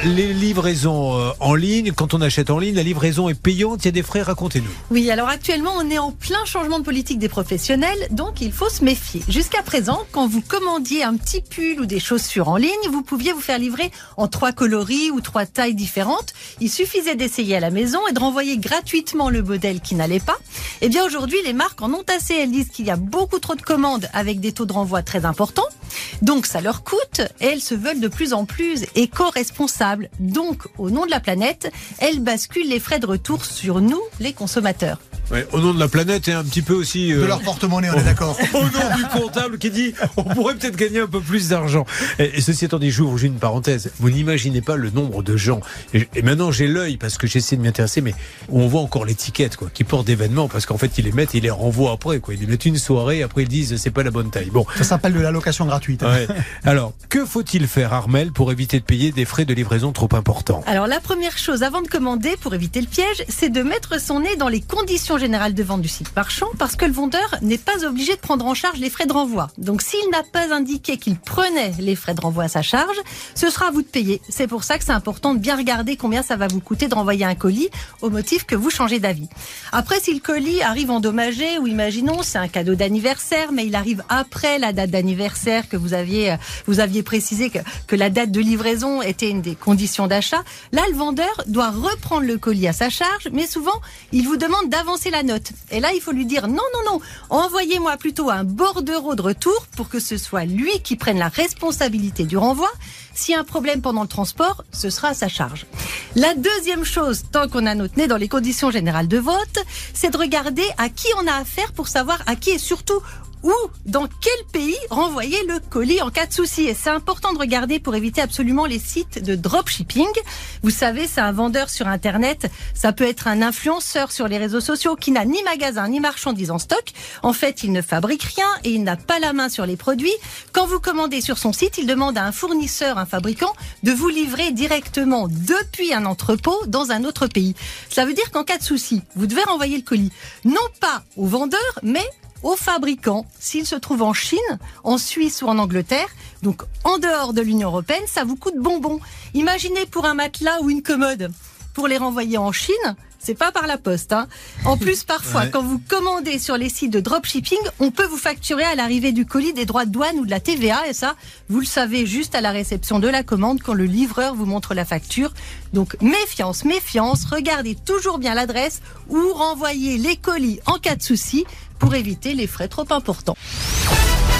les livraisons en ligne, quand on achète en ligne, la livraison est payante, il y a des frais, racontez-nous. Oui, alors actuellement, on est en plein changement de politique des professionnels, donc il faut se méfier. Jusqu'à présent, quand vous commandiez un petit pull ou des chaussures en ligne, vous pouviez vous faire livrer en 3 coloris ou 3 tailles différentes. Il suffisait d'essayer à la maison et de renvoyer gratuitement le modèle qui n'allait pas. Eh bien aujourd'hui, les marques en ont assez. Elles disent qu'il y a beaucoup trop de commandes avec des taux de renvoi très importants. Donc ça leur coûte et elles se veulent de plus en plus éco-responsables. Donc au nom de la planète, elles basculent les frais de retour sur nous, les consommateurs. Ouais, au nom de la planète et un petit peu aussi... de leur porte-monnaie, on est d'accord. Au nom du comptable qui dit on pourrait peut-être gagner un peu plus d'argent. Et ceci étant dit, j'ouvre une parenthèse. Vous n'imaginez pas le nombre de gens. Et maintenant j'ai l'œil parce que j'essaie de m'y intéresser, mais on voit encore l'étiquette qui porte d'événements parce qu'en fait ils les mettent et ils les renvoient après. Ils les mettent une soirée, après ils disent c'est pas la bonne taille. Bon. Ça s'appelle de l'allocation gratuite. Ouais. Alors, que faut-il faire, Armelle, pour éviter de payer des frais de livraison trop importants ? Alors la première chose avant de commander, pour éviter le piège, c'est de mettre son nez dans les conditions générales de vente du site marchand, parce que le vendeur n'est pas obligé de prendre en charge les frais de renvoi. Donc s'il n'a pas indiqué qu'il prenait les frais de renvoi à sa charge, ce sera à vous de payer. C'est pour ça que c'est important de bien regarder combien ça va vous coûter de renvoyer un colis au motif que vous changez d'avis. Après, si le colis arrive endommagé, ou imaginons c'est un cadeau d'anniversaire, mais il arrive après la date d'anniversaire que vous aviez précisé que la date de livraison était une des conditions d'achat, là le vendeur doit reprendre le colis à sa charge, mais souvent il vous demande d'avancer la note. Et là il faut lui dire non, envoyez-moi plutôt un bordereau de retour pour que ce soit lui qui prenne la responsabilité du renvoi. S'il y a un problème pendant le transport, ce sera à sa charge. La deuxième chose, tant qu'on a notre nez dans les conditions générales de vote, c'est de regarder à qui on a affaire pour savoir à qui et surtout où, dans quel pays renvoyer le colis en cas de souci. Et c'est important de regarder pour éviter absolument les sites de dropshipping. Vous savez, c'est un vendeur sur Internet. Ça peut être un influenceur sur les réseaux sociaux qui n'a ni magasin ni marchandises en stock. En fait, il ne fabrique rien et il n'a pas la main sur les produits. Quand vous commandez sur son site, il demande à un fournisseur, un fabricant, de vous livrer directement depuis un entrepôt dans un autre pays. Ça veut dire qu'en cas de souci, vous devez renvoyer le colis. Non pas au vendeur, mais aux fabricants, s'ils se trouvent en Chine, en Suisse ou en Angleterre, donc en dehors de l'Union européenne, ça vous coûte bonbon. Imaginez pour un matelas ou une commode, pour les renvoyer en Chine, c'est pas par la poste. En plus, parfois, quand vous commandez sur les sites de dropshipping, on peut vous facturer à l'arrivée du colis des droits de douane ou de la TVA. Et ça, vous le savez juste à la réception de la commande quand le livreur vous montre la facture. Donc, méfiance. Regardez toujours bien l'adresse où renvoyer les colis en cas de souci pour éviter les frais trop importants.